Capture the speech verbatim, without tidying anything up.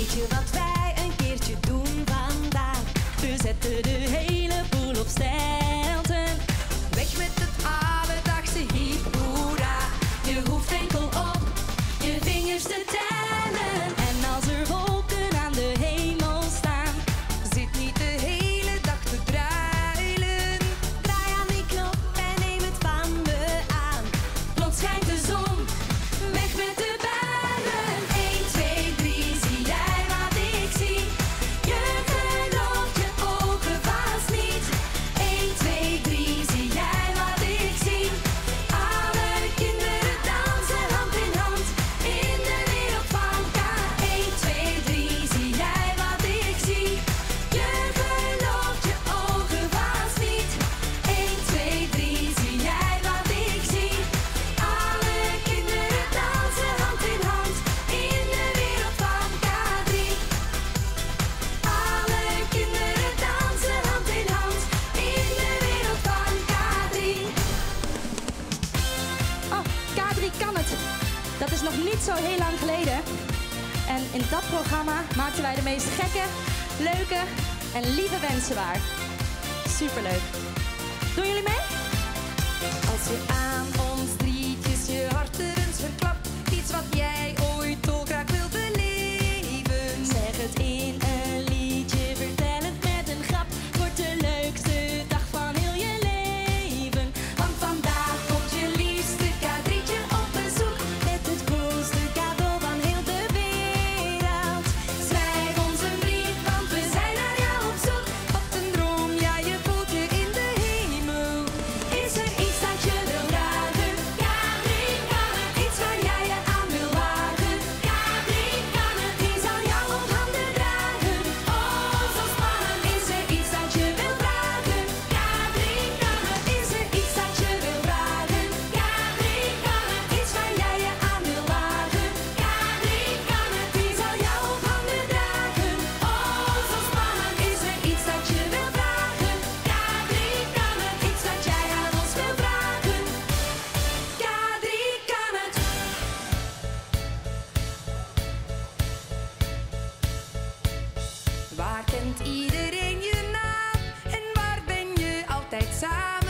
Weet je wat wij een keertje doen vandaag? We zetten de hele boel op stelten. Weg met het alledaagse hip hoera. Je hoeft enkel op je vingers te tellen. En als er wolken aan de hemel staan, zit niet de hele dag te druilen. Draai aan die knop en neem het van me aan. Plots schijnt de zon, weg met de buien. één, twee, drie, zie jij wat ik zie? Je gelooft je ogen vast niet. één, twee, drie, zie jij wat ik zie? Alle kinderen dansen hand in hand in de wereld van K. één, twee, drie, zie jij wat ik zie? Je gelooft je ogen vast niet. één, twee, drie, zie jij wat ik zie? Alle kinderen dansen hand in hand in de wereld van K drie. Alle kinderen dansen hand in hand in de wereld van K drie. Oh, K drie kan het. Dat is nog niet zo heel lang geleden. En in dat programma maakten wij de meest gekke, leuke en lieve wensen waar. Superleuk. Doen jullie mee? Als je aan ons drietjes je hart er eens verklapt, iets wat jij ooit dolgraag wil beleven. Zeg het in een liedje, vertel het met een grap. Wordt de leukste dag van heel je leven. Want vandaag komt je liefste K drietje op bezoek, met het coolste cadeau van heel de wereld. Schrijf ons een brief, want we zijn naar jou op zoek. Wat een droom, ja, je voelt je in de hemel. Is er iets dat je wil dragen? K drie kan het, iets waar jij je aan wil wagen. K drie kan het, die zal jou op handen dragen. Oh, zo spannend, is er iets dat je wil vragen? K drie kan het, is er iets dat je wil vragen? K drie kan het, iets waar jij je aan wil wagen. K drie kan het, die zal jou op handen dragen. Oh, zo spannend, is er iets dat je wil vragen? K drie kan het, iets dat jij aan ons wil vragen. K drie kan het. Waar kent iedereen je naam? En waar ben je altijd samen?